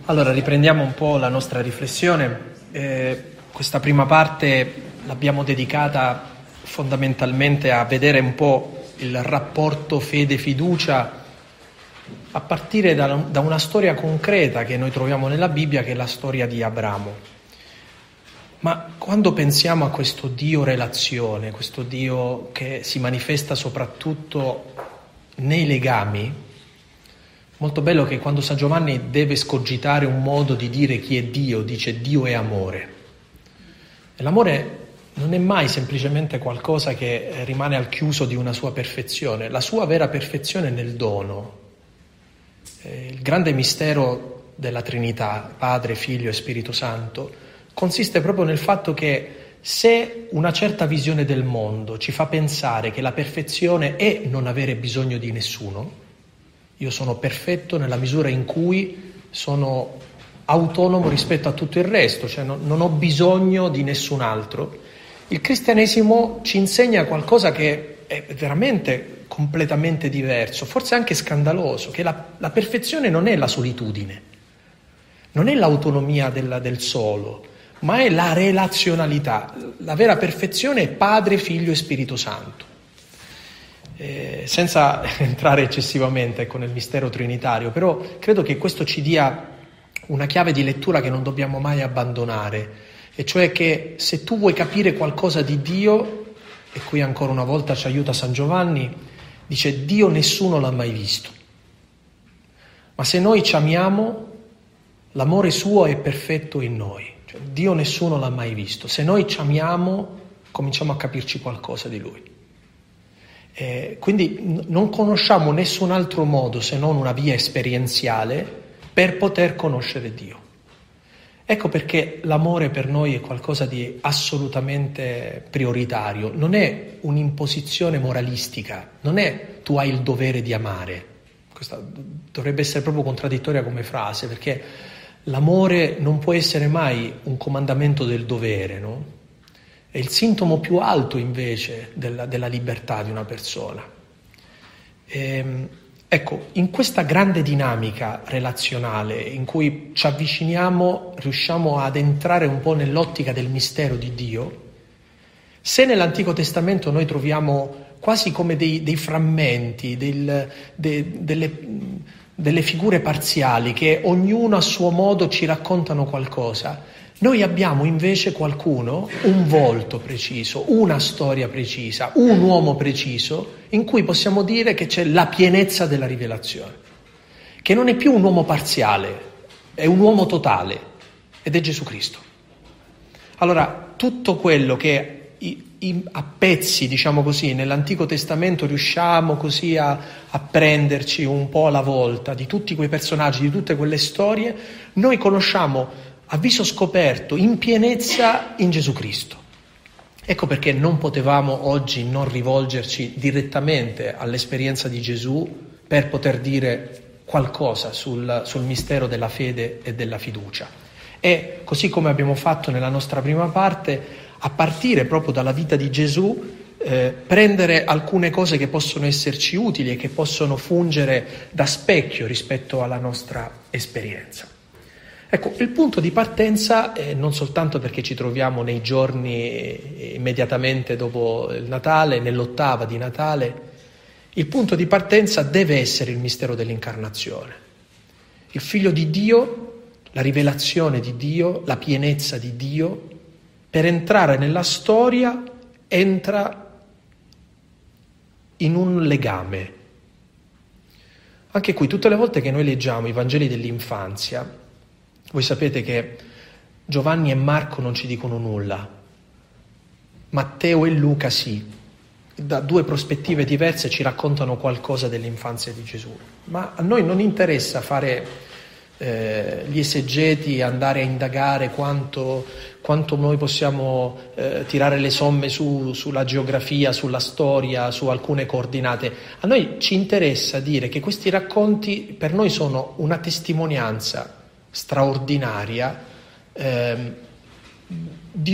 Allora, riprendiamo un po' la nostra riflessione. Questa prima parte l'abbiamo dedicata fondamentalmente a vedere un po' il rapporto fede-fiducia a partire da una storia concreta che noi troviamo nella Bibbia, che è la storia di Abramo. Ma quando pensiamo a questo Dio relazione, questo Dio che si manifesta soprattutto nei legami, molto bello che quando San Giovanni deve scogitare un modo di dire chi è Dio, dice Dio è amore. E l'amore non è mai semplicemente qualcosa che rimane al chiuso di una sua perfezione. La sua vera perfezione è nel dono. Il grande mistero della Trinità, Padre, Figlio e Spirito Santo, consiste proprio nel fatto che se una certa visione del mondo ci fa pensare che la perfezione è non avere bisogno di nessuno, io sono perfetto nella misura in cui sono autonomo rispetto a tutto il resto, cioè non ho bisogno di nessun altro. Il cristianesimo ci insegna qualcosa che è veramente completamente diverso, forse anche scandaloso, che la perfezione non è la solitudine, non è l'autonomia del solo, ma è la relazionalità. La vera perfezione è Padre, Figlio e Spirito Santo. Senza entrare eccessivamente nel mistero trinitario, però credo che questo ci dia una chiave di lettura che non dobbiamo mai abbandonare, e cioè che se tu vuoi capire qualcosa di Dio, e qui ancora una volta ci aiuta San Giovanni, dice Dio nessuno l'ha mai visto, ma se noi ci amiamo, l'amore suo è perfetto in noi, cioè, Dio nessuno l'ha mai visto, se noi ci amiamo cominciamo a capirci qualcosa di Lui. Quindi non conosciamo nessun altro modo se non una via esperienziale per poter conoscere Dio. Ecco perché l'amore per noi è qualcosa di assolutamente prioritario, non è un'imposizione moralistica, non è tu hai il dovere di amare. Questa dovrebbe essere proprio contraddittoria come frase, perché l'amore non può essere mai un comandamento del dovere, no? È il sintomo più alto invece della libertà di una persona. Ecco, in questa grande dinamica relazionale in cui ci avviciniamo, riusciamo ad entrare un po' nell'ottica del mistero di Dio, se nell'Antico Testamento noi troviamo quasi come dei frammenti, delle figure parziali che ognuno a suo modo ci raccontano qualcosa, noi abbiamo invece qualcuno, un volto preciso, una storia precisa, un uomo preciso, in cui possiamo dire che c'è la pienezza della rivelazione, che non è più un uomo parziale, è un uomo totale, ed è Gesù Cristo. Allora, tutto quello che a pezzi, diciamo così, nell'Antico Testamento riusciamo così a prenderci un po' alla volta di tutti quei personaggi, di tutte quelle storie, noi conosciamo a viso scoperto, in pienezza, in Gesù Cristo. Ecco perché non potevamo oggi non rivolgerci direttamente all'esperienza di Gesù per poter dire qualcosa sul mistero della fede e della fiducia. E così come abbiamo fatto nella nostra prima parte, a partire proprio dalla vita di Gesù, prendere alcune cose che possono esserci utili e che possono fungere da specchio rispetto alla nostra esperienza. Ecco, il punto di partenza, non soltanto perché ci troviamo nei giorni immediatamente dopo il Natale, nell'ottava di Natale, il punto di partenza deve essere il mistero dell'incarnazione. Il Figlio di Dio, la rivelazione di Dio, la pienezza di Dio, per entrare nella storia entra in un legame. Anche qui, tutte le volte che noi leggiamo i Vangeli dell'infanzia, voi sapete che Giovanni e Marco non ci dicono nulla, Matteo e Luca sì, da due prospettive diverse ci raccontano qualcosa dell'infanzia di Gesù, ma a noi non interessa fare gli esegeti, andare a indagare quanto noi possiamo tirare le somme sulla geografia, sulla storia, su alcune coordinate. A noi ci interessa dire che questi racconti per noi sono una testimonianza straordinaria di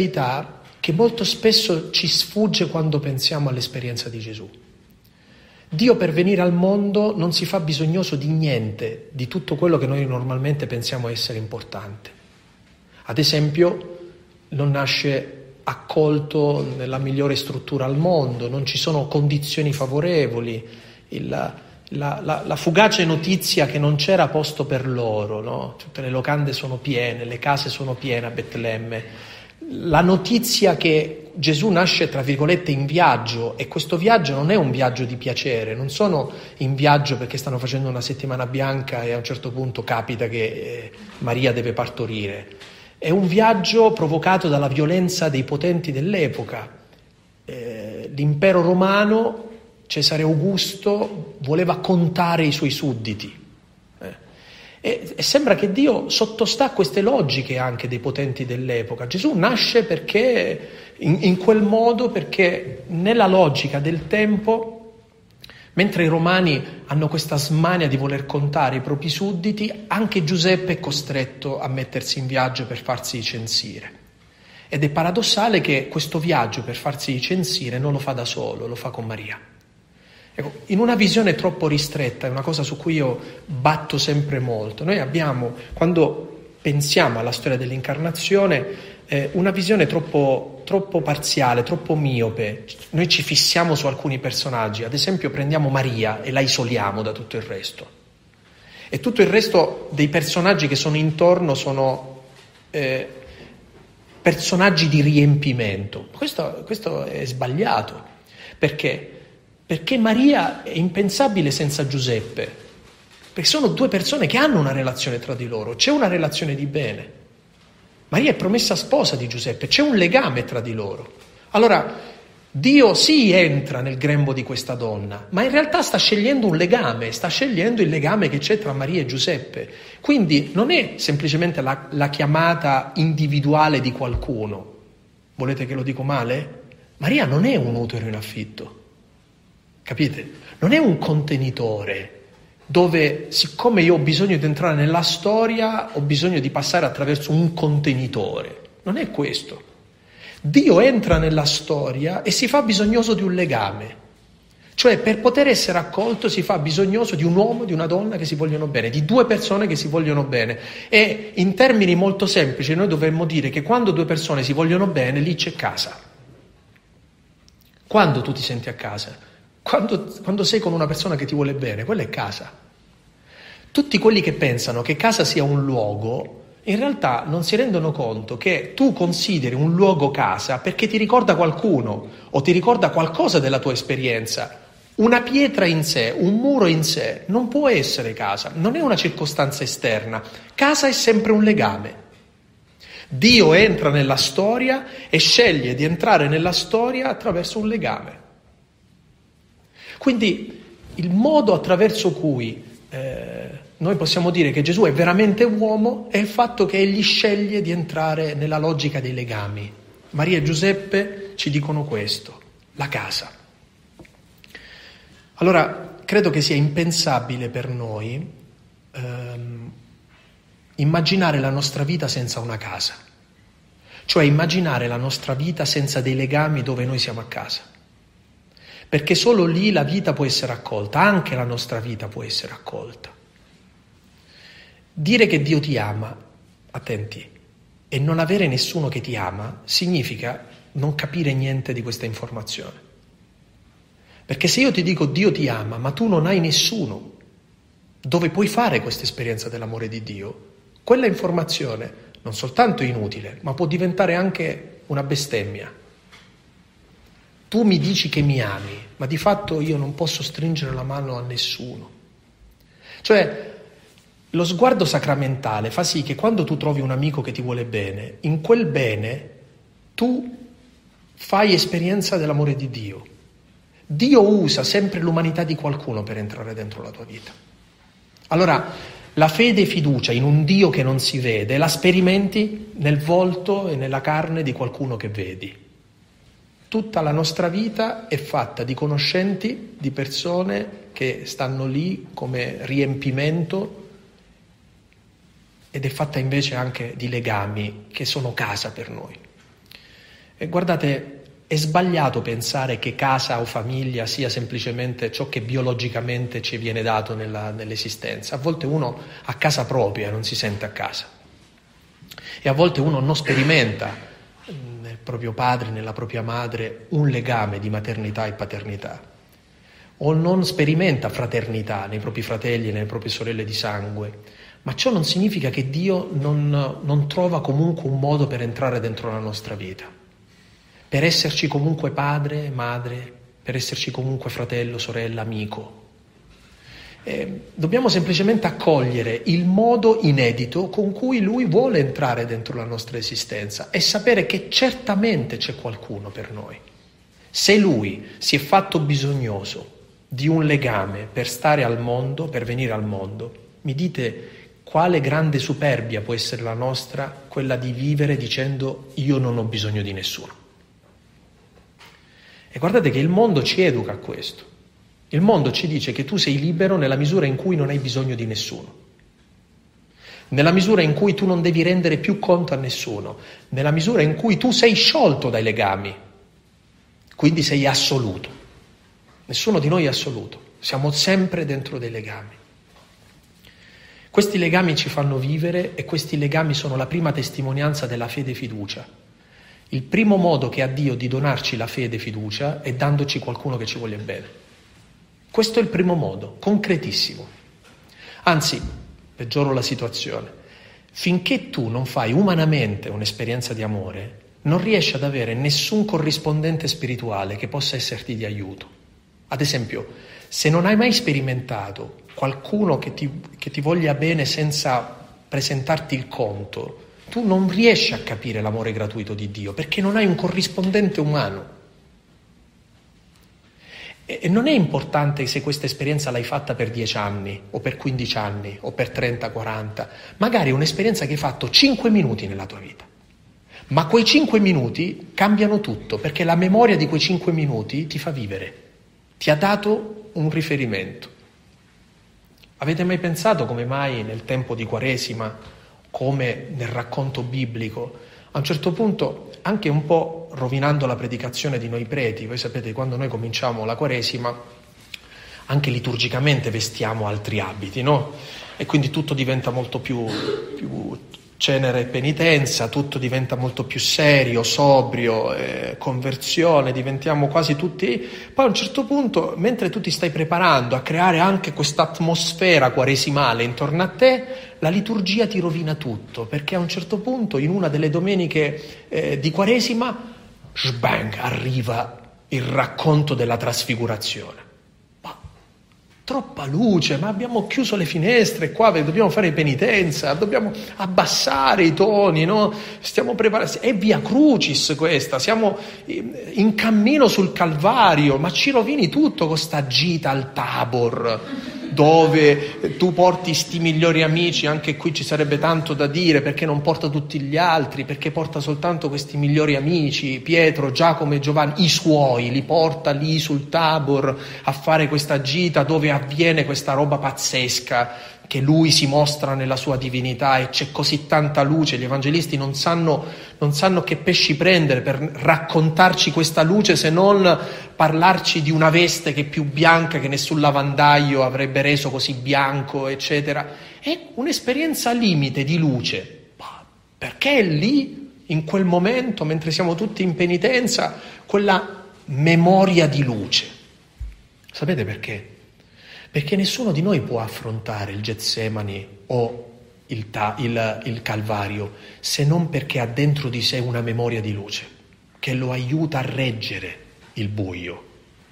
un'essenzialità che molto spesso ci sfugge quando pensiamo all'esperienza di Gesù. Dio per venire al mondo non si fa bisognoso di niente, di tutto quello che noi normalmente pensiamo essere importante. Ad esempio, non nasce accolto nella migliore struttura al mondo, non ci sono condizioni favorevoli, la fugace notizia che non c'era posto per loro, no? Tutte le locande sono piene, le case sono piene a Betlemme. La notizia che Gesù nasce, tra virgolette, in viaggio, e questo viaggio non è un viaggio di piacere, non sono in viaggio perché stanno facendo una settimana bianca e a un certo punto capita che Maria deve partorire. È un viaggio provocato dalla violenza dei potenti dell'epoca. L'impero romano, Cesare Augusto, voleva contare i suoi sudditi. E sembra che Dio sottostà a queste logiche anche dei potenti dell'epoca. Gesù nasce perché in quel modo, perché nella logica del tempo, mentre i romani hanno questa smania di voler contare i propri sudditi, anche Giuseppe è costretto a mettersi in viaggio per farsi censire. Ed è paradossale che questo viaggio per farsi censire non lo fa da solo, lo fa con Maria. Ecco, in una visione troppo ristretta, è una cosa su cui io batto sempre molto. Noi abbiamo, quando pensiamo alla storia dell'incarnazione, una visione troppo parziale, troppo miope. Noi ci fissiamo su alcuni personaggi, ad esempio prendiamo Maria e la isoliamo da tutto il resto. E tutto il resto dei personaggi che sono intorno sono personaggi di riempimento. Questo è sbagliato. Perché? Perché Maria è impensabile senza Giuseppe, perché sono due persone che hanno una relazione tra di loro, c'è una relazione di bene. Maria è promessa sposa di Giuseppe, c'è un legame tra di loro. Allora, Dio sì entra nel grembo di questa donna, ma in realtà sta scegliendo un legame, sta scegliendo il legame che c'è tra Maria e Giuseppe. Quindi non è semplicemente la chiamata individuale di qualcuno. Volete che lo dico male? Maria non è un utero in affitto. Capite? Non è un contenitore dove, siccome io ho bisogno di entrare nella storia, ho bisogno di passare attraverso un contenitore. Non è questo. Dio entra nella storia e si fa bisognoso di un legame. Cioè, per poter essere accolto si fa bisognoso di un uomo, di una donna che si vogliono bene, di due persone che si vogliono bene. E in termini molto semplici noi dovremmo dire che quando due persone si vogliono bene, lì c'è casa. Quando tu ti senti a casa? Quando sei con una persona che ti vuole bene, quella è casa. Tutti quelli che pensano che casa sia un luogo, in realtà non si rendono conto che tu consideri un luogo casa perché ti ricorda qualcuno o ti ricorda qualcosa della tua esperienza. Una pietra in sé, un muro in sé, non può essere casa, non è una circostanza esterna. Casa è sempre un legame. Dio entra nella storia e sceglie di entrare nella storia attraverso un legame. Quindi il modo attraverso cui noi possiamo dire che Gesù è veramente uomo è il fatto che egli sceglie di entrare nella logica dei legami. Maria e Giuseppe ci dicono questo, la casa. Allora, credo che sia impensabile per noi immaginare la nostra vita senza una casa, cioè immaginare la nostra vita senza dei legami dove noi siamo a casa. Perché solo lì la vita può essere accolta, anche la nostra vita può essere accolta. Dire che Dio ti ama, attenti, e non avere nessuno che ti ama, significa non capire niente di questa informazione. Perché se io ti dico Dio ti ama, ma tu non hai nessuno dove puoi fare questa esperienza dell'amore di Dio, quella informazione non soltanto è inutile, ma può diventare anche una bestemmia. Tu mi dici che mi ami, ma di fatto io non posso stringere la mano a nessuno. Cioè, lo sguardo sacramentale fa sì che quando tu trovi un amico che ti vuole bene, in quel bene tu fai esperienza dell'amore di Dio. Dio usa sempre l'umanità di qualcuno per entrare dentro la tua vita. Allora, la fede e fiducia in un Dio che non si vede, la sperimenti nel volto e nella carne di qualcuno che vedi. Tutta la nostra vita è fatta di conoscenti, di persone che stanno lì come riempimento ed è fatta invece anche di legami che sono casa per noi. E guardate, È sbagliato pensare che casa o famiglia sia semplicemente ciò che biologicamente ci viene dato nell'esistenza. A volte uno ha casa propria e non si sente a casa. E a volte uno non sperimenta nel proprio padre, nella propria madre, un legame di maternità e paternità. O non sperimenta fraternità nei propri fratelli e nelle proprie sorelle di sangue. Ma ciò non significa che Dio non trova comunque un modo per entrare dentro la nostra vita. Per esserci comunque padre, madre, per esserci comunque fratello, sorella, amico. Dobbiamo semplicemente accogliere il modo inedito con cui Lui vuole entrare dentro la nostra esistenza e sapere che certamente c'è qualcuno per noi. Se Lui si è fatto bisognoso di un legame per stare al mondo, per venire al mondo, mi dite quale grande superbia può essere la nostra, quella di vivere dicendo io non ho bisogno di nessuno. E guardate che il mondo ci educa a questo. Il mondo ci dice che tu sei libero nella misura in cui non hai bisogno di nessuno, nella misura in cui tu non devi rendere più conto a nessuno, nella misura in cui tu sei sciolto dai legami, quindi sei assoluto. Nessuno di noi è assoluto, siamo sempre dentro dei legami. Questi legami ci fanno vivere e questi legami sono la prima testimonianza della fede e fiducia. Il primo modo che ha Dio di donarci la fede e fiducia è dandoci qualcuno che ci voglia bene. Questo è il primo modo, concretissimo. Anzi, peggioro la situazione. Finché tu non fai umanamente un'esperienza di amore, non riesci ad avere nessun corrispondente spirituale che possa esserti di aiuto. Ad esempio, se non hai mai sperimentato qualcuno che ti voglia bene senza presentarti il conto, tu non riesci a capire l'amore gratuito di Dio, perché non hai un corrispondente umano. E non è importante se questa esperienza l'hai fatta per 10 anni, o per 15 anni, o per 30, 40. Magari è un'esperienza che hai fatto 5 minuti nella tua vita. Ma quei 5 minuti cambiano tutto, perché la memoria di quei 5 minuti ti fa vivere, ti ha dato un riferimento. Avete mai pensato come mai nel tempo di Quaresima, come nel racconto biblico, a un certo punto, anche un po' rovinando la predicazione di noi preti, voi sapete quando noi cominciamo la Quaresima, anche liturgicamente vestiamo altri abiti, no? E quindi tutto diventa molto più cenere e penitenza, tutto diventa molto più serio, sobrio, conversione, diventiamo quasi tutti. Poi a un certo punto, mentre tu ti stai preparando a creare anche questa atmosfera quaresimale intorno a te, la liturgia ti rovina tutto, perché a un certo punto, in una delle domeniche di Quaresima, sbang, arriva il racconto della trasfigurazione. Troppa luce, ma abbiamo chiuso le finestre qua, dobbiamo fare penitenza, dobbiamo abbassare i toni, no? Stiamo preparando, è via Crucis questa, siamo in cammino sul Calvario, ma ci rovini tutto con sta gita al Tabor, dove tu porti sti migliori amici, anche qui ci sarebbe tanto da dire, perché non porta tutti gli altri, perché porta soltanto questi migliori amici, Pietro, Giacomo e Giovanni, i suoi, li porta lì sul Tabor a fare questa gita dove avviene questa roba pazzesca, che lui si mostra nella sua divinità e c'è così tanta luce, gli evangelisti non sanno che pesci prendere per raccontarci questa luce, se non parlarci di una veste che è più bianca che nessun lavandaio avrebbe reso così bianco, eccetera. È un'esperienza limite di luce, perché è lì, in quel momento, mentre siamo tutti in penitenza, quella memoria di luce. Sapete perché? Perché nessuno di noi può affrontare il Getsemani o il Calvario se non perché ha dentro di sé una memoria di luce che lo aiuta a reggere il buio.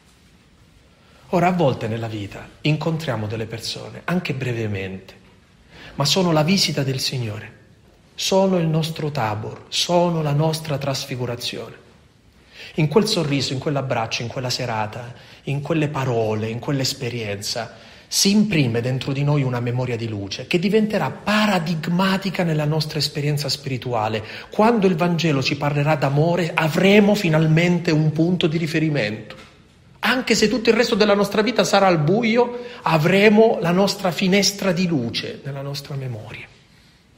Ora, a volte nella vita incontriamo delle persone, anche brevemente, ma sono la visita del Signore, sono il nostro Tabor, sono la nostra trasfigurazione. In quel sorriso, in quell'abbraccio, in quella serata, in quelle parole, in quell'esperienza, si imprime dentro di noi una memoria di luce che diventerà paradigmatica nella nostra esperienza spirituale. Quando il Vangelo ci parlerà d'amore, avremo finalmente un punto di riferimento. Anche se tutto il resto della nostra vita sarà al buio, avremo la nostra finestra di luce nella nostra memoria.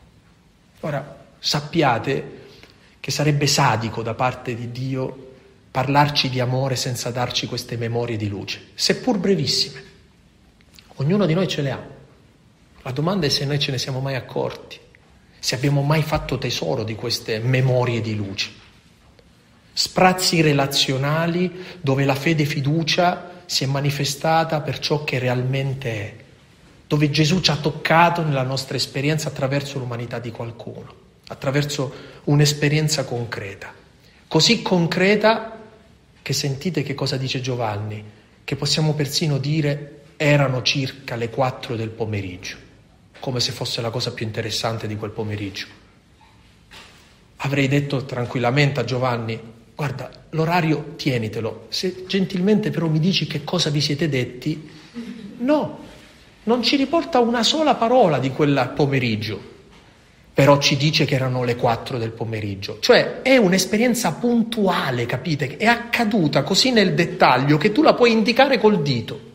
Ora, sappiate che sarebbe sadico da parte di Dio parlarci di amore senza darci queste memorie di luce, seppur brevissime. Ognuno di noi ce le ha. La domanda è se noi ce ne siamo mai accorti, se abbiamo mai fatto tesoro di queste memorie di luce. Sprazzi relazionali dove la fede e fiducia si è manifestata per ciò che realmente è, dove Gesù ci ha toccato nella nostra esperienza attraverso l'umanità di qualcuno, attraverso un'esperienza concreta, così concreta che sentite che cosa dice Giovanni, che possiamo persino dire erano circa le 4 del pomeriggio, come se fosse la cosa più interessante di quel pomeriggio. Avrei detto tranquillamente a Giovanni: guarda, l'orario tienitelo, se gentilmente però mi dici che cosa vi siete detti. No, non ci riporta una sola parola di quel pomeriggio, però ci dice che erano le 4 del pomeriggio. Cioè è un'esperienza puntuale, capite? È accaduta così nel dettaglio che tu la puoi indicare col dito.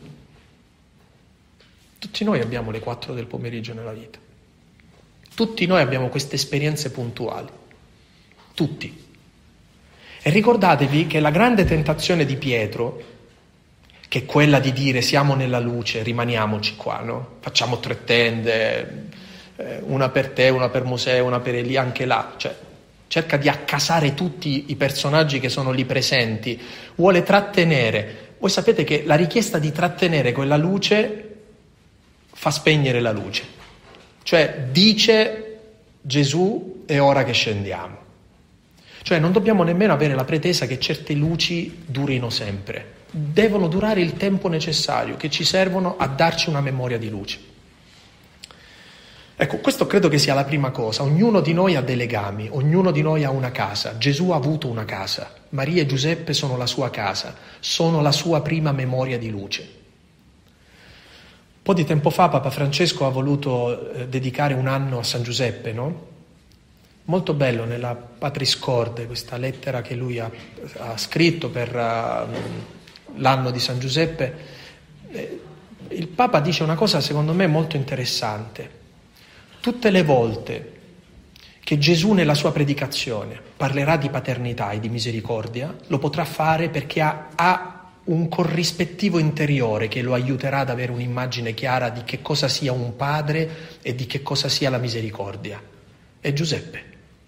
Tutti noi abbiamo le 4 del pomeriggio nella vita. Tutti noi abbiamo queste esperienze puntuali. Tutti. E ricordatevi che la grande tentazione di Pietro, che è quella di dire siamo nella luce, rimaniamoci qua, no? Facciamo 3 tende, una per te, una per Mosè, una per Elia, anche là, cioè cerca di accasare tutti i personaggi che sono lì presenti, vuole trattenere. Voi sapete che la richiesta di trattenere quella luce fa spegnere la luce, cioè dice Gesù è ora che scendiamo. Cioè non dobbiamo nemmeno avere la pretesa che certe luci durino sempre, devono durare il tempo necessario, che ci servono a darci una memoria di luce. Ecco, questo credo che sia la prima cosa. Ognuno di noi ha dei legami, ognuno di noi ha una casa. Gesù ha avuto una casa, Maria e Giuseppe sono la sua casa, sono la sua prima memoria di luce. Un po' di tempo fa Papa Francesco ha voluto dedicare un anno a San Giuseppe, no? Molto bello nella Patris Corde, questa lettera che lui ha scritto per l'anno di San Giuseppe. Il Papa dice una cosa secondo me molto interessante. Tutte le volte che Gesù nella sua predicazione parlerà di paternità e di misericordia, lo potrà fare perché ha un corrispettivo interiore che lo aiuterà ad avere un'immagine chiara di che cosa sia un padre e di che cosa sia la misericordia. È Giuseppe.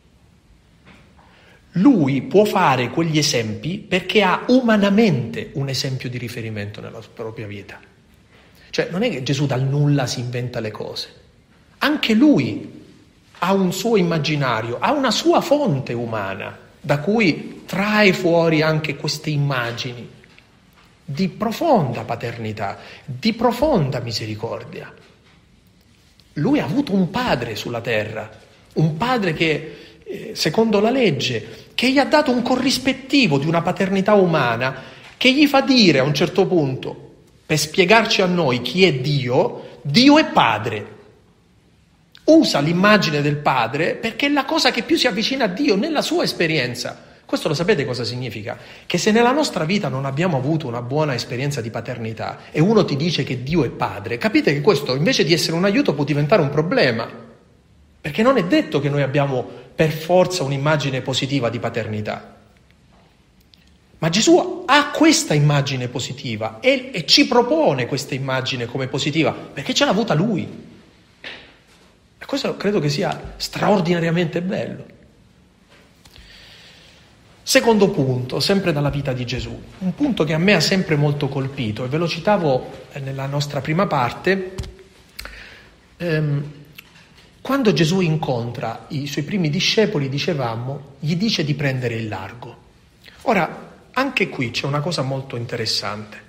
Lui può fare quegli esempi perché ha umanamente un esempio di riferimento nella propria vita. Cioè non è che Gesù dal nulla si inventa le cose. Anche lui ha un suo immaginario, ha una sua fonte umana da cui trae fuori anche queste immagini di profonda paternità, di profonda misericordia. Lui ha avuto un padre sulla terra, un padre che, secondo la legge, che gli ha dato un corrispettivo di una paternità umana che gli fa dire a un certo punto, per spiegarci a noi chi è Dio, Dio è padre. Usa l'immagine del padre perché è la cosa che più si avvicina a Dio nella sua esperienza. Questo lo sapete cosa significa? Che se nella nostra vita non abbiamo avuto una buona esperienza di paternità e uno ti dice che Dio è padre, capite che questo invece di essere un aiuto può diventare un problema. Perché non è detto che noi abbiamo per forza un'immagine positiva di paternità. Ma Gesù ha questa immagine positiva e ci propone questa immagine come positiva perché ce l'ha avuta lui. E questo credo che sia straordinariamente bello. Secondo punto, sempre dalla vita di Gesù, un punto che a me ha sempre molto colpito, e ve lo citavo nella nostra prima parte, quando Gesù incontra i suoi primi discepoli, dicevamo, gli dice di prendere il largo. Ora, anche qui c'è una cosa molto interessante.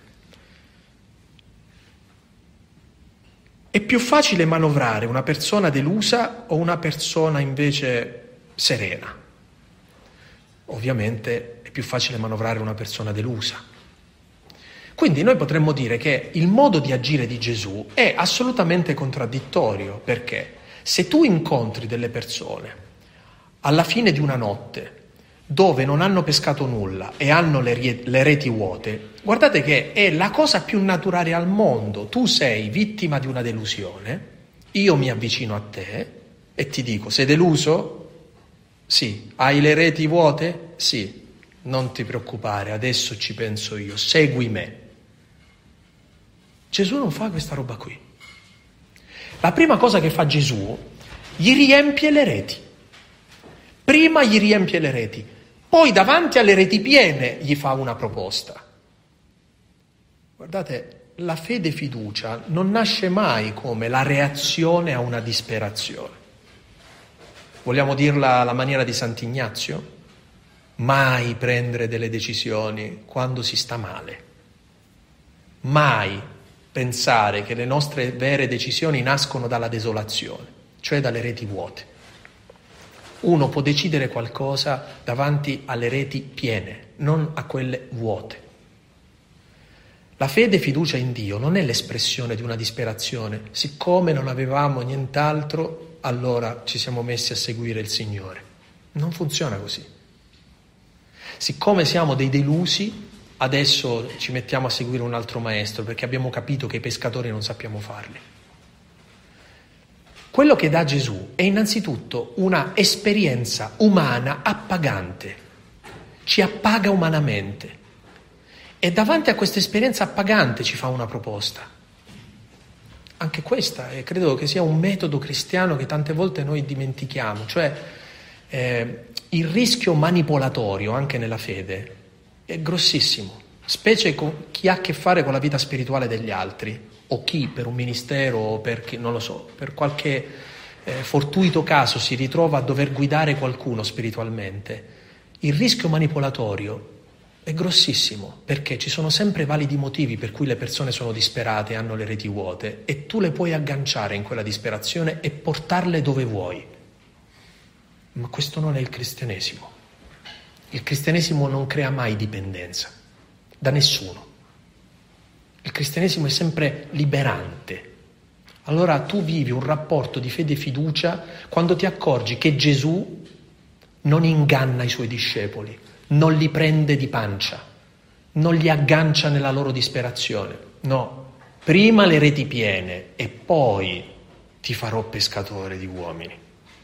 È più facile manovrare una persona delusa o una persona invece serena? Ovviamente è più facile manovrare una persona delusa. Quindi noi potremmo dire che il modo di agire di Gesù è assolutamente contraddittorio, perché se tu incontri delle persone alla fine di una notte dove non hanno pescato nulla e hanno le reti vuote, guardate che è la cosa più naturale al mondo. Tu sei vittima di una delusione, io mi avvicino a te e ti dico: sei deluso? Sì. Hai le reti vuote? Sì. non ti preoccupare, adesso ci penso io, segui me. Gesù non fa questa roba qui. La prima cosa che fa Gesù, gli riempie le reti. Prima gli riempie le reti, poi davanti alle reti piene gli fa una proposta. Guardate, la fede e fiducia non nasce mai come la reazione a una disperazione. Vogliamo dirla alla maniera di Sant'Ignazio? Mai prendere delle decisioni quando si sta male. Mai pensare che le nostre vere decisioni nascono dalla desolazione, cioè dalle reti vuote. Uno può decidere qualcosa davanti alle reti piene, non a quelle vuote. La fede e fiducia in Dio non è l'espressione di una disperazione. Siccome non avevamo nient'altro, allora ci siamo messi a seguire il Signore. Non funziona così. Siccome siamo dei delusi, adesso ci mettiamo a seguire un altro maestro perché abbiamo capito che i pescatori non sappiamo farli. Quello che dà Gesù è innanzitutto una esperienza umana appagante. Ci appaga umanamente. E davanti a questa esperienza appagante ci fa una proposta. Anche questa, credo che sia un metodo cristiano che tante volte noi dimentichiamo, cioè il rischio manipolatorio anche nella fede è grossissimo, specie con chi ha a che fare con la vita spirituale degli altri, o chi per un ministero o per chi, non lo so, per qualche fortuito caso si ritrova a dover guidare qualcuno spiritualmente. Il rischio manipolatorio è grossissimo, perché ci sono sempre validi motivi per cui le persone sono disperate e hanno le reti vuote, e tu le puoi agganciare in quella disperazione e portarle dove vuoi. Ma questo non è il cristianesimo. Il cristianesimo non crea mai dipendenza da nessuno. Il cristianesimo è sempre liberante. Allora tu vivi un rapporto di fede e fiducia quando ti accorgi che Gesù non inganna i suoi discepoli, non li prende di pancia, non li aggancia nella loro disperazione. No, prima le reti piene e poi ti farò pescatore di uomini.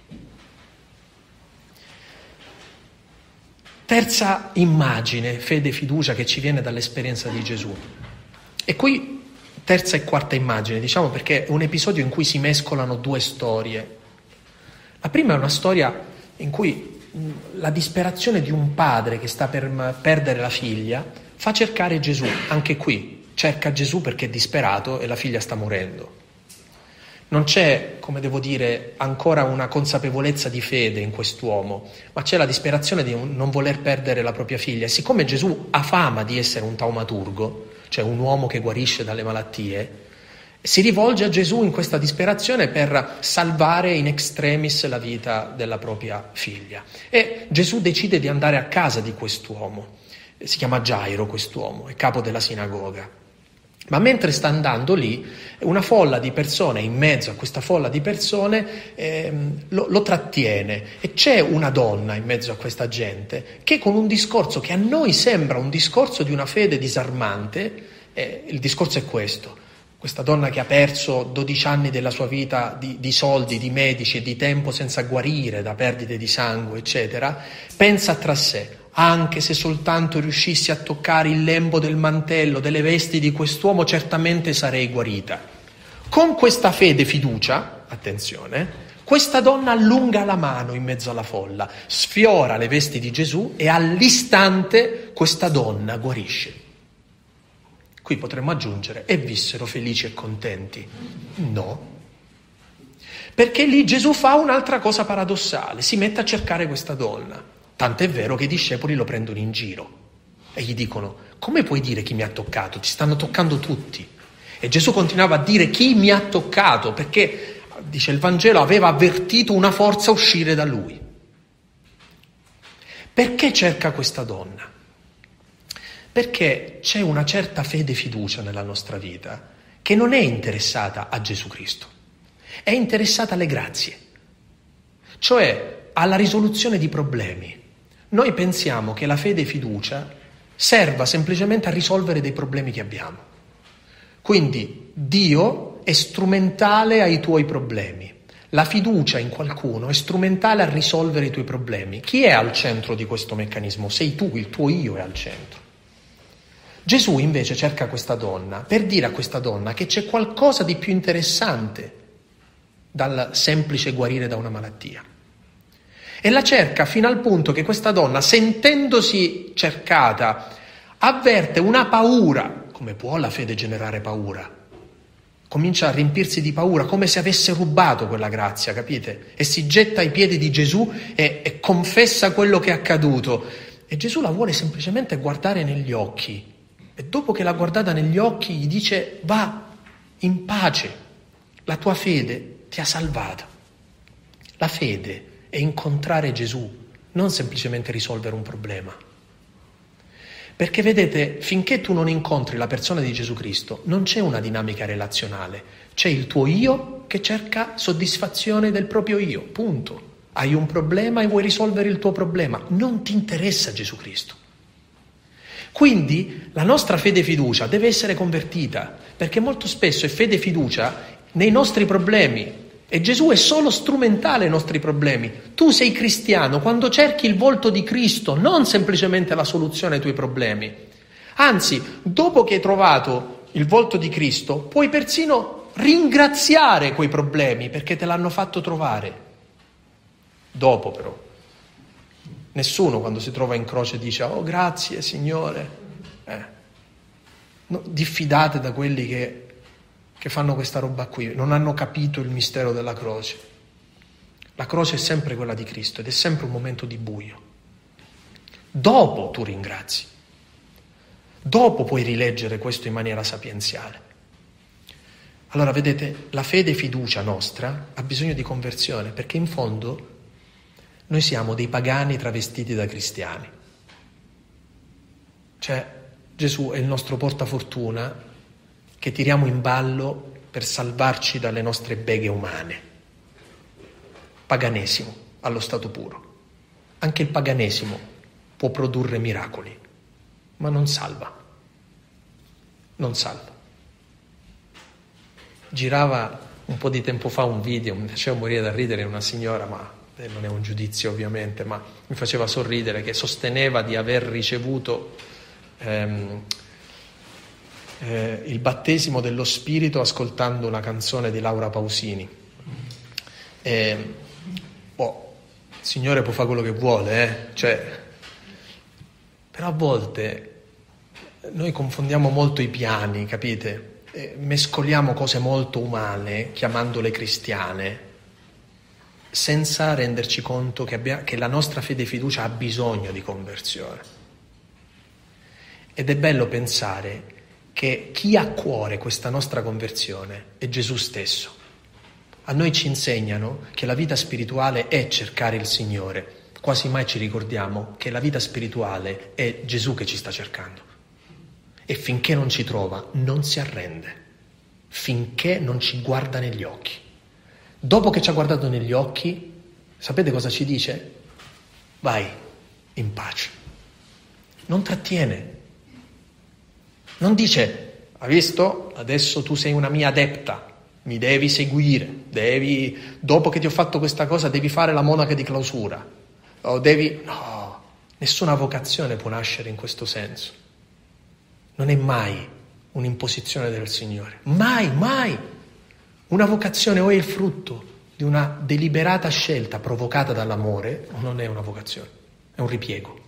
Terza immagine, fede e fiducia, che ci viene dall'esperienza di Gesù. E qui terza e quarta immagine, diciamo, perché è un episodio in cui si mescolano due storie. La prima è una storia in cui la disperazione di un padre che sta per perdere la figlia fa cercare Gesù. Anche qui cerca Gesù perché è disperato e la figlia sta morendo. Non c'è, come devo dire, ancora una consapevolezza di fede in quest'uomo, ma c'è la disperazione di non voler perdere la propria figlia. E siccome Gesù ha fama di essere un taumaturgo, cioè un uomo che guarisce dalle malattie, si rivolge a Gesù in questa disperazione per salvare in extremis la vita della propria figlia. E Gesù decide di andare a casa di quest'uomo. Si chiama Gairo quest'uomo, è capo della sinagoga. Ma mentre sta andando lì, una folla di persone, in mezzo a questa folla di persone, lo trattiene. E c'è una donna in mezzo a questa gente che, con un discorso che a noi sembra un discorso di una fede disarmante, il discorso è questo. Questa donna che ha perso 12 anni della sua vita di soldi, di medici e di tempo senza guarire da perdite di sangue, eccetera, pensa tra sé: anche se soltanto riuscissi a toccare il lembo del mantello, delle vesti di quest'uomo, certamente sarei guarita. Con questa fede e fiducia, attenzione, questa donna allunga la mano in mezzo alla folla, sfiora le vesti di Gesù e all'istante questa donna guarisce. Qui potremmo aggiungere: e vissero felici e contenti? No. Perché lì Gesù fa un'altra cosa paradossale, si mette a cercare questa donna. Tant'è vero che i discepoli lo prendono in giro e gli dicono: come puoi dire chi mi ha toccato? Ti stanno toccando tutti. E Gesù continuava a dire: chi mi ha toccato? Perché, dice il Vangelo, aveva avvertito una forza uscire da lui. Perché cerca questa donna? Perché c'è una certa fede e fiducia nella nostra vita che non è interessata a Gesù Cristo, è interessata alle grazie, cioè alla risoluzione di problemi. Noi pensiamo che la fede e fiducia serva semplicemente a risolvere dei problemi che abbiamo. Quindi Dio è strumentale ai tuoi problemi. La fiducia in qualcuno è strumentale a risolvere i tuoi problemi. Chi è al centro di questo meccanismo? Sei tu, il tuo io è al centro. Gesù invece cerca questa donna per dire a questa donna che c'è qualcosa di più interessante dal semplice guarire da una malattia. E la cerca fino al punto che questa donna, sentendosi cercata, avverte una paura. Come può la fede generare paura? Comincia a riempirsi di paura, come se avesse rubato quella grazia, capite? E si getta ai piedi di Gesù e confessa quello che è accaduto. E Gesù la vuole semplicemente guardare negli occhi. E dopo che l'ha guardata negli occhi gli dice: va in pace, la tua fede ti ha salvata. La fede è incontrare Gesù, non semplicemente risolvere un problema. Perché vedete, finché tu non incontri la persona di Gesù Cristo, non c'è una dinamica relazionale, c'è il tuo io che cerca soddisfazione del proprio io, punto. Hai un problema e vuoi risolvere il tuo problema, non ti interessa Gesù Cristo. Quindi la nostra fede e fiducia deve essere convertita, perché molto spesso è fede e fiducia nei nostri problemi, e Gesù è solo strumentale ai nostri problemi. Tu sei cristiano quando cerchi il volto di Cristo, non semplicemente la soluzione ai tuoi problemi. Anzi, dopo che hai trovato il volto di Cristo, puoi persino ringraziare quei problemi perché te l'hanno fatto trovare. Dopo però. Nessuno quando si trova in croce dice: oh grazie Signore. No, diffidate da quelli che fanno questa roba qui, non hanno capito il mistero della croce. La croce è sempre quella di Cristo ed è sempre un momento di buio. Dopo tu ringrazi. Dopo puoi rileggere questo in maniera sapienziale. Allora vedete, la fede e fiducia nostra ha bisogno di conversione, perché in fondo noi siamo dei pagani travestiti da cristiani. Cioè Gesù è il nostro portafortuna che tiriamo in ballo per salvarci dalle nostre beghe umane. Paganesimo allo stato puro. Anche il paganesimo può produrre miracoli, ma non salva. Non salva. Girava un po' di tempo fa un video, mi faceva morire da ridere, una signora, ma non è un giudizio ovviamente, ma mi faceva sorridere, che sosteneva di aver ricevuto il battesimo dello Spirito ascoltando una canzone di Laura Pausini. Il Signore può fare quello che vuole, però a volte noi confondiamo molto i piani, capite? Mescoliamo cose molto umane chiamandole cristiane senza renderci conto che la nostra fede e fiducia ha bisogno di conversione. Ed è bello pensare che chi ha a cuore questa nostra conversione è Gesù stesso. A noi ci insegnano che la vita spirituale è cercare il Signore. Quasi mai ci ricordiamo che la vita spirituale è Gesù che ci sta cercando. E finché non ci trova, non si arrende. Finché non ci guarda negli occhi. Dopo che ci ha guardato negli occhi, sapete cosa ci dice? Vai in pace. Non trattiene. Non dice: hai visto? Adesso tu sei una mia adepta, mi devi seguire, dopo che ti ho fatto questa cosa devi fare la monaca di clausura. No, nessuna vocazione può nascere in questo senso. Non è mai un'imposizione del Signore. Mai, mai. Una vocazione o è il frutto di una deliberata scelta provocata dall'amore, o non è una vocazione, è un ripiego.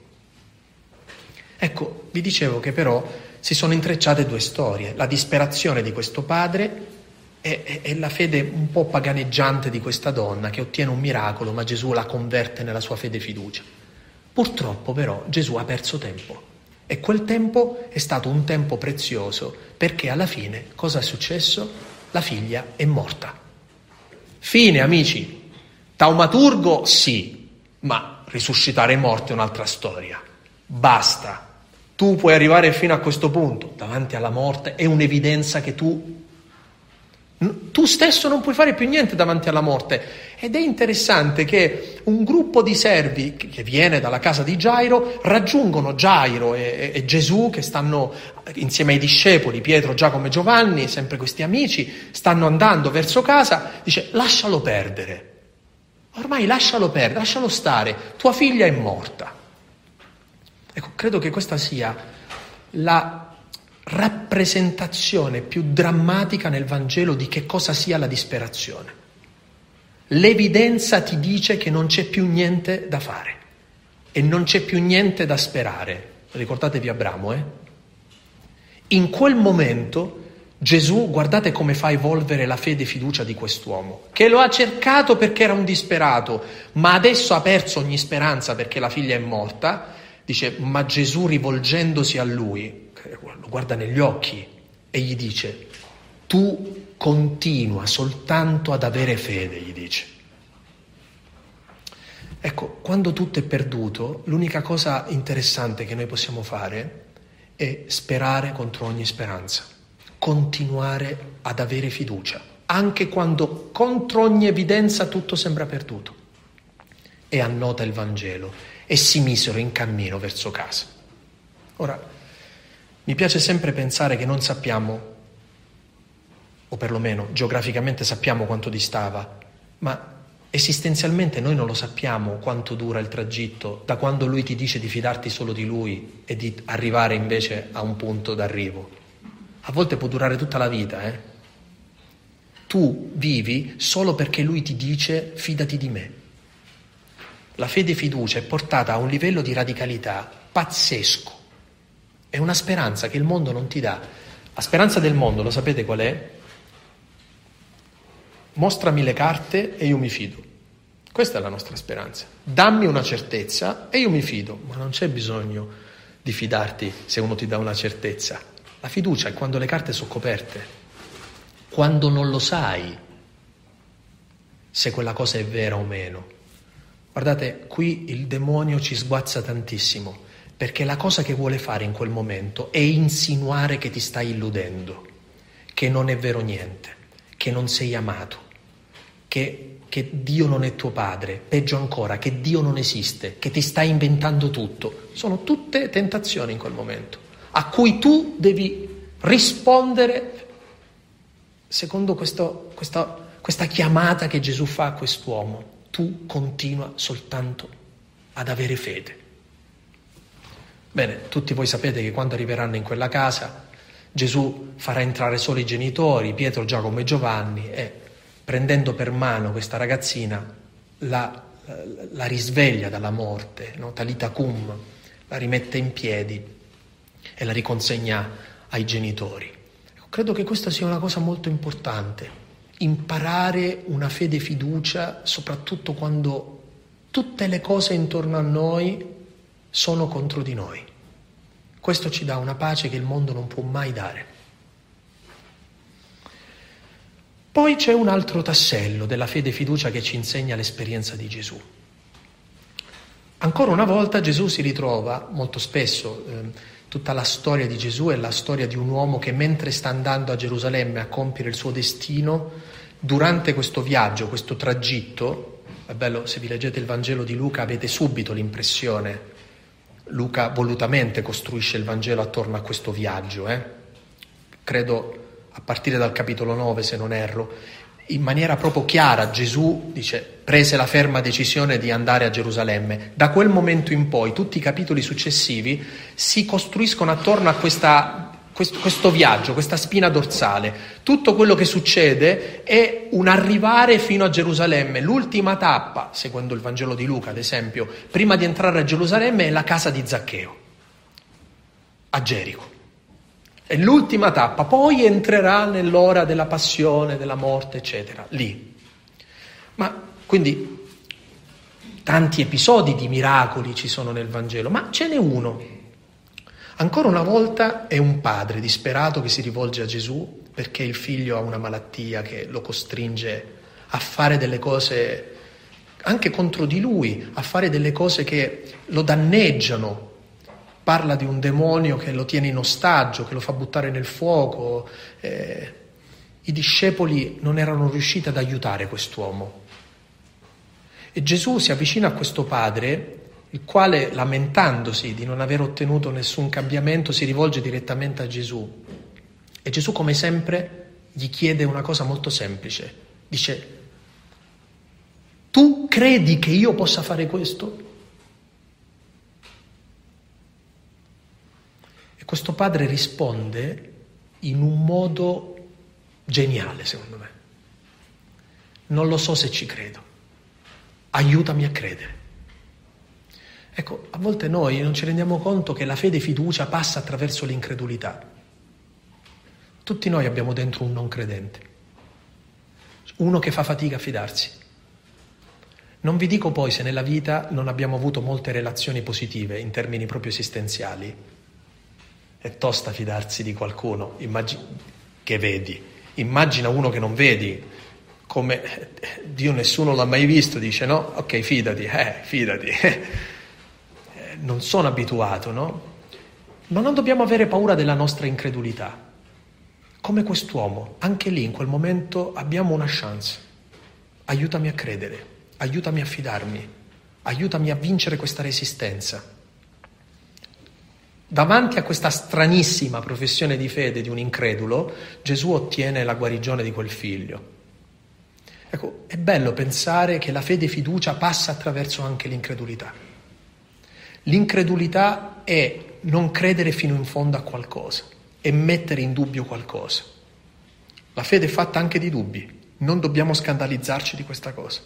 Ecco, vi dicevo che però si sono intrecciate due storie, la disperazione di questo padre e la fede un po' paganeggiante di questa donna che ottiene un miracolo, ma Gesù la converte nella sua fede e fiducia. Purtroppo però Gesù ha perso tempo e quel tempo è stato un tempo prezioso, perché alla fine cosa è successo? La figlia è morta. Fine, amici. Taumaturgo sì, ma risuscitare i morti è un'altra storia. Basta. Tu puoi arrivare fino a questo punto, davanti alla morte, è un'evidenza che tu Tu stesso non puoi fare più niente davanti alla morte. Ed è interessante che un gruppo di servi che viene dalla casa di Gairo raggiungono Gairo e Gesù, che stanno insieme ai discepoli, Pietro, Giacomo e Giovanni, sempre questi amici, stanno andando verso casa. Dice: lascialo perdere, ormai lascialo perdere, lascialo stare, tua figlia è morta. Ecco, credo che questa sia la rappresentazione più drammatica nel Vangelo di che cosa sia la disperazione. L'evidenza ti dice che non c'è più niente da fare e non c'è più niente da sperare. Ricordatevi Abramo, In quel momento Gesù, guardate come fa a evolvere la fede e fiducia di quest'uomo, che lo ha cercato perché era un disperato, ma adesso ha perso ogni speranza perché la figlia è morta. Dice: ma Gesù, rivolgendosi a lui, lo guarda negli occhi e gli dice: tu continua soltanto ad avere fede, gli dice. Ecco, quando tutto è perduto, l'unica cosa interessante che noi possiamo fare è sperare contro ogni speranza, continuare ad avere fiducia, anche quando contro ogni evidenza tutto sembra perduto. E annota il Vangelo e si misero in cammino verso casa. Ora, mi piace sempre pensare che non sappiamo, o perlomeno geograficamente sappiamo quanto distava, ma esistenzialmente noi non lo sappiamo quanto dura il tragitto da quando lui ti dice di fidarti solo di lui e di arrivare invece a un punto d'arrivo. A volte può durare tutta la vita, Tu vivi solo perché lui ti dice: fidati di me. La fede e fiducia è portata a un livello di radicalità pazzesco. È una speranza che il mondo non ti dà. La speranza del mondo, lo sapete qual è? Mostrami le carte e io mi fido. Questa è la nostra speranza. Dammi una certezza e io mi fido. Ma non c'è bisogno di fidarti se uno ti dà una certezza. La fiducia è quando le carte sono coperte, quando non lo sai se quella cosa è vera o meno. Guardate, qui il demonio ci sguazza tantissimo, perché la cosa che vuole fare in quel momento è insinuare che ti stai illudendo, che non è vero niente, che non sei amato, che Dio non è tuo padre, peggio ancora, che Dio non esiste, che ti stai inventando tutto. Sono tutte tentazioni in quel momento, a cui tu devi rispondere secondo questa chiamata che Gesù fa a quest'uomo. Tu continua soltanto ad avere fede. Bene, tutti voi sapete che quando arriveranno in quella casa, Gesù farà entrare solo i genitori, Pietro, Giacomo e Giovanni, e prendendo per mano questa ragazzina la risveglia dalla morte, no? Talita cum, la rimette in piedi e la riconsegna ai genitori. Credo che questa sia una cosa molto importante. Imparare una fede e fiducia, soprattutto quando tutte le cose intorno a noi sono contro di noi. Questo ci dà una pace che il mondo non può mai dare. Poi c'è un altro tassello della fede e fiducia che ci insegna l'esperienza di Gesù. Ancora una volta Gesù si ritrova, molto spesso, tutta la storia di Gesù è la storia di un uomo che mentre sta andando a Gerusalemme a compiere il suo destino, durante questo viaggio, questo tragitto, è bello, se vi leggete il Vangelo di Luca avete subito l'impressione, Luca volutamente costruisce il Vangelo attorno a questo viaggio, credo a partire dal capitolo 9 se non erro, in maniera proprio chiara Gesù prese la ferma decisione di andare a Gerusalemme. Da quel momento in poi tutti i capitoli successivi si costruiscono attorno a questo viaggio, questa spina dorsale. Tutto quello che succede è un arrivare fino a Gerusalemme. L'ultima tappa, seguendo il Vangelo di Luca ad esempio, prima di entrare a Gerusalemme è la casa di Zaccheo, a Gerico. È l'ultima tappa, poi entrerà nell'ora della passione, della morte, eccetera, lì. Ma quindi tanti episodi di miracoli ci sono nel Vangelo, ma ce n'è uno. Ancora una volta è un padre disperato che si rivolge a Gesù perché il figlio ha una malattia che lo costringe a fare delle cose anche contro di lui, a fare delle cose che lo danneggiano. Parla di un demonio che lo tiene in ostaggio, che lo fa buttare nel fuoco, I discepoli non erano riusciti ad aiutare quest'uomo. E Gesù si avvicina a questo padre, il quale, lamentandosi di non aver ottenuto nessun cambiamento, si rivolge direttamente a Gesù. E Gesù, come sempre, gli chiede una cosa molto semplice. Dice: tu credi che io possa fare questo? E questo padre risponde in un modo geniale, secondo me. Non lo so se ci credo. Aiutami a credere. Ecco, a volte noi non ci rendiamo conto che la fede e fiducia passa attraverso l'incredulità. Tutti noi abbiamo dentro un non credente, uno che fa fatica a fidarsi. Non vi dico poi se nella vita non abbiamo avuto molte relazioni positive in termini proprio esistenziali. È tosta fidarsi di qualcuno che vedi. Immagina uno che non vedi, come Dio nessuno l'ha mai visto, dice no, ok, fidati. Non sono abituato, no? Ma non dobbiamo avere paura della nostra incredulità. Come quest'uomo, anche lì in quel momento abbiamo una chance. Aiutami a credere, aiutami a fidarmi, aiutami a vincere questa resistenza. Davanti a questa stranissima professione di fede di un incredulo, Gesù ottiene la guarigione di quel figlio. Ecco, è bello pensare che la fede e fiducia passa attraverso anche l'incredulità. L'incredulità è non credere fino in fondo a qualcosa e mettere in dubbio qualcosa. La fede è fatta anche di dubbi, non dobbiamo scandalizzarci di questa cosa.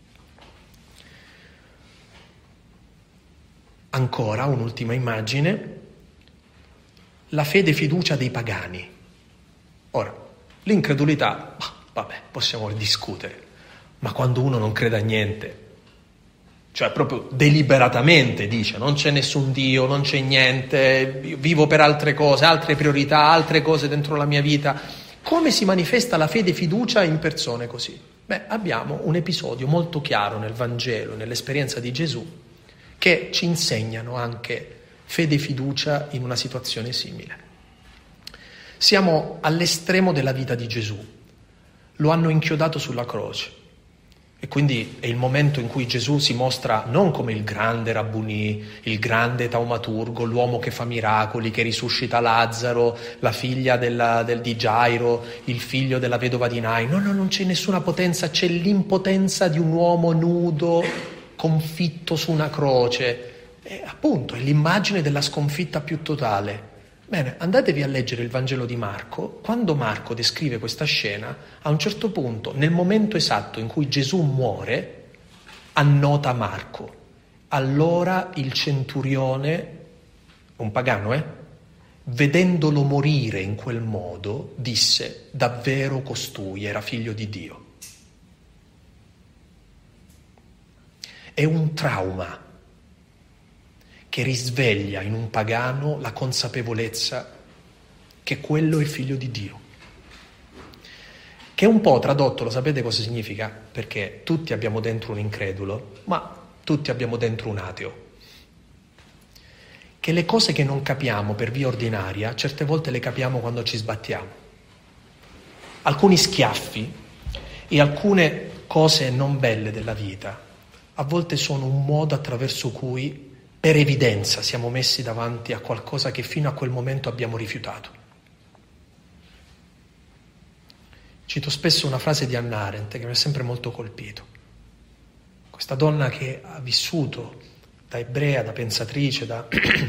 Ancora un'ultima immagine. La fede e fiducia dei pagani. Ora, l'incredulità, vabbè, possiamo discutere, ma quando uno non crede a niente, cioè proprio deliberatamente dice non c'è nessun Dio, non c'è niente, io vivo per altre cose, altre priorità, altre cose dentro la mia vita, come si manifesta la fede e fiducia in persone così? Beh, abbiamo un episodio molto chiaro nel Vangelo, nell'esperienza di Gesù, che ci insegnano anche fede e fiducia in una situazione simile. Siamo all'estremo della vita di Gesù. Lo hanno inchiodato sulla croce. E quindi è il momento in cui Gesù si mostra non come il grande rabbunì, il grande taumaturgo, l'uomo che fa miracoli, che risuscita Lazzaro, la figlia di Gairo, il figlio della vedova di Nain. No, non c'è nessuna potenza, c'è l'impotenza di un uomo nudo, confitto su una croce. Appunto, è l'immagine della sconfitta più totale. Bene, andatevi a leggere il Vangelo di Marco. Quando Marco descrive questa scena, a un certo punto, nel momento esatto in cui Gesù muore, annota Marco. Allora il centurione, un pagano, vedendolo morire in quel modo, disse: davvero costui era figlio di Dio. È un trauma che risveglia in un pagano la consapevolezza che quello è il figlio di Dio. Che un po' tradotto, lo sapete cosa significa? Perché tutti abbiamo dentro un incredulo, ma tutti abbiamo dentro un ateo. Che le cose che non capiamo per via ordinaria, certe volte le capiamo quando ci sbattiamo. Alcuni schiaffi e alcune cose non belle della vita, a volte sono un modo attraverso cui per evidenza siamo messi davanti a qualcosa che fino a quel momento abbiamo rifiutato. Cito spesso una frase di Hannah Arendt che mi ha sempre molto colpito. Questa donna che ha vissuto da ebrea, da pensatrice, da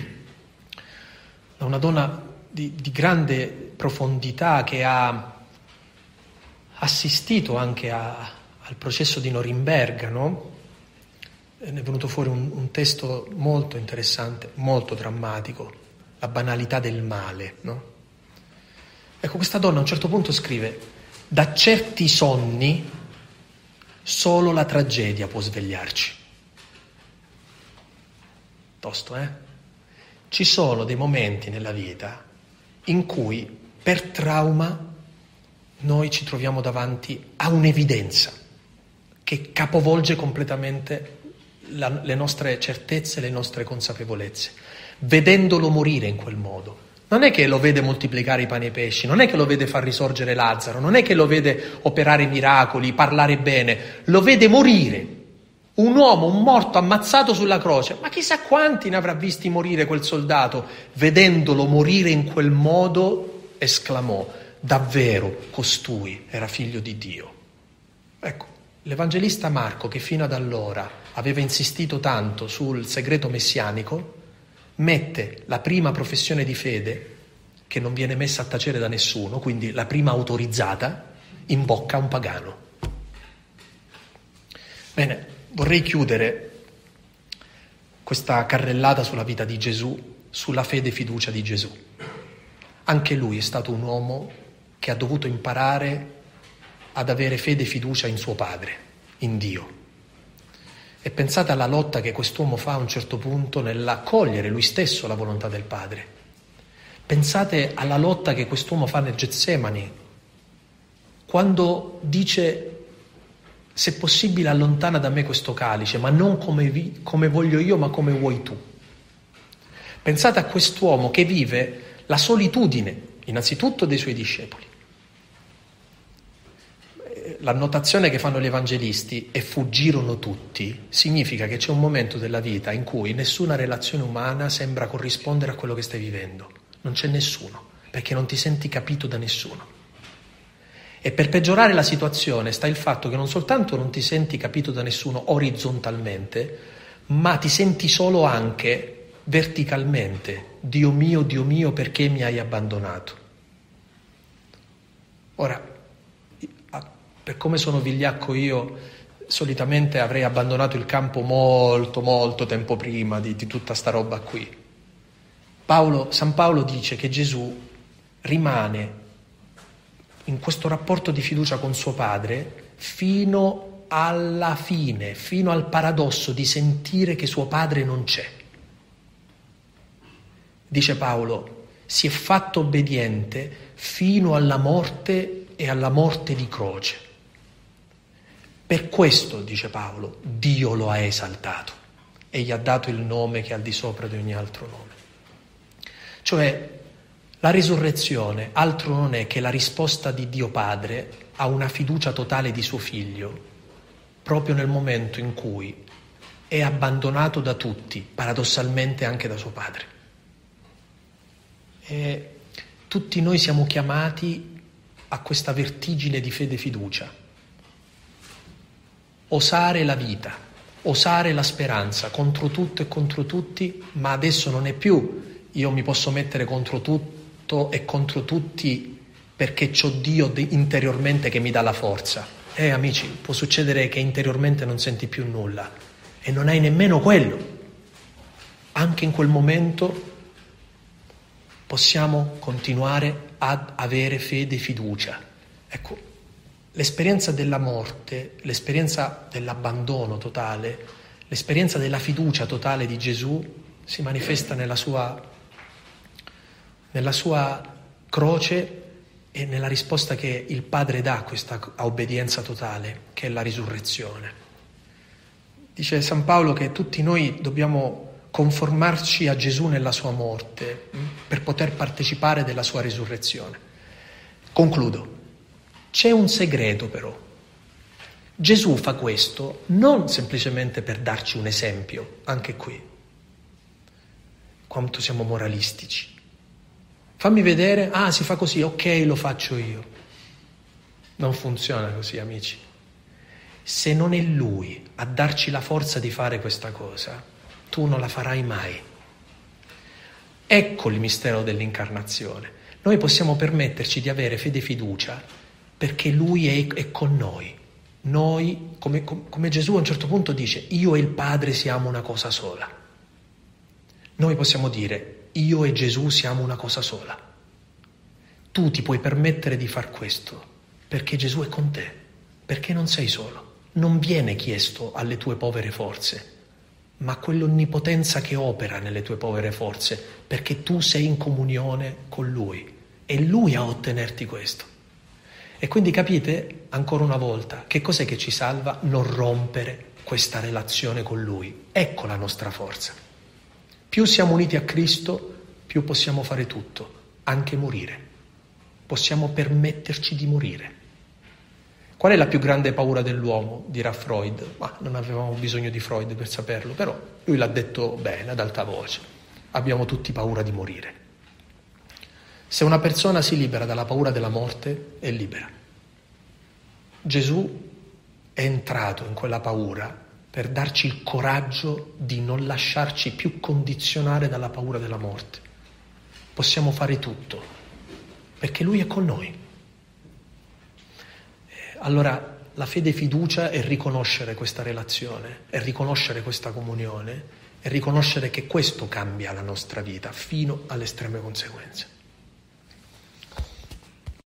una donna di grande profondità che ha assistito anche al processo di Norimberga, no? Ne è venuto fuori un testo molto interessante, molto drammatico, la banalità del male, no? Ecco, questa donna a un certo punto scrive: da certi sonni solo la tragedia può svegliarci. Tosto, Ci sono dei momenti nella vita in cui per trauma noi ci troviamo davanti a un'evidenza che capovolge completamente le nostre certezze, le nostre consapevolezze. Vedendolo morire in quel modo, Non è che lo vede moltiplicare i pani e i pesci, non è che lo vede far risorgere Lazzaro, non è che lo vede operare miracoli, parlare bene, lo vede morire. Un uomo, un morto ammazzato sulla croce. Ma chissà quanti ne avrà visti morire quel soldato. Vedendolo morire in quel modo, esclamò: davvero costui era figlio di Dio. Ecco, l'evangelista Marco, che fino ad allora aveva insistito tanto sul segreto messianico, mette la prima professione di fede, che non viene messa a tacere da nessuno, quindi la prima autorizzata, in bocca a un pagano. Bene, vorrei chiudere questa carrellata sulla vita di Gesù, sulla fede e fiducia di Gesù. Anche lui è stato un uomo che ha dovuto imparare ad avere fede e fiducia in suo Padre, in Dio. E pensate alla lotta che quest'uomo fa a un certo punto nell'accogliere lui stesso la volontà del Padre. Pensate alla lotta che quest'uomo fa nel Getsemani, quando dice: se possibile allontana da me questo calice, ma non come voglio io, ma come vuoi tu. Pensate a quest'uomo che vive la solitudine, innanzitutto dei suoi discepoli. L'annotazione che fanno gli evangelisti "e fuggirono tutti" significa che c'è un momento della vita in cui nessuna relazione umana sembra corrispondere a quello che stai vivendo. Non c'è nessuno, perché non ti senti capito da nessuno. E per peggiorare la situazione sta il fatto che non soltanto non ti senti capito da nessuno orizzontalmente, ma ti senti solo anche verticalmente. Dio mio, perché mi hai abbandonato? Ora, per come sono vigliacco io, solitamente avrei abbandonato il campo molto tempo prima di tutta sta roba qui. San Paolo dice che Gesù rimane in questo rapporto di fiducia con suo Padre fino alla fine, fino al paradosso di sentire che suo Padre non c'è. Dice Paolo: si è fatto obbediente fino alla morte e alla morte di croce. Per questo, dice Paolo, Dio lo ha esaltato e gli ha dato il nome che è al di sopra di ogni altro nome. Cioè, la risurrezione altro non è che la risposta di Dio Padre a una fiducia totale di suo Figlio, proprio nel momento in cui è abbandonato da tutti, paradossalmente anche da suo Padre. E tutti noi siamo chiamati a questa vertigine di fede e fiducia. Osare la vita, osare la speranza contro tutto e contro tutti, ma adesso non è più io mi posso mettere contro tutto e contro tutti perché c'ho Dio interiormente che mi dà la forza. Amici, può succedere che interiormente non senti più nulla e non hai nemmeno quello. Anche in quel momento possiamo continuare ad avere fede e fiducia. Ecco, l'esperienza della morte, l'esperienza dell'abbandono totale, l'esperienza della fiducia totale di Gesù si manifesta nella sua croce e nella risposta che il Padre dà a questa obbedienza totale, che è la risurrezione. Dice San Paolo che tutti noi dobbiamo conformarci a Gesù nella sua morte per poter partecipare della sua risurrezione. Concludo. C'è un segreto però. Gesù fa questo non semplicemente per darci un esempio, anche qui, quanto siamo moralistici. Fammi vedere, si fa così, ok, lo faccio io. Non funziona così, amici. Se non è Lui a darci la forza di fare questa cosa, tu non la farai mai. Ecco il mistero dell'incarnazione. Noi possiamo permetterci di avere fede e fiducia perché Lui è con noi. Noi, come Gesù a un certo punto dice, io e il Padre siamo una cosa sola. Noi possiamo dire, io e Gesù siamo una cosa sola. Tu ti puoi permettere di far questo perché Gesù è con te, perché non sei solo. Non viene chiesto alle tue povere forze, ma a quell'onnipotenza che opera nelle tue povere forze, perché tu sei in comunione con Lui. È Lui a ottenerti questo. E quindi capite, ancora una volta, che cos'è che ci salva? Non rompere questa relazione con Lui. Ecco la nostra forza. Più siamo uniti a Cristo, più possiamo fare tutto. anche morire. Possiamo permetterci di morire. Qual è la più grande paura dell'uomo? Dirà Freud. Ma non avevamo bisogno di Freud per saperlo, però lui l'ha detto bene, ad alta voce. Abbiamo tutti paura di morire. Se una persona si libera dalla paura della morte, è libera. Gesù è entrato in quella paura per darci il coraggio di non lasciarci più condizionare dalla paura della morte. Possiamo fare tutto, perché Lui è con noi. Allora la fede e fiducia è riconoscere questa relazione, è riconoscere questa comunione, è riconoscere che questo cambia la nostra vita fino alle estreme conseguenze.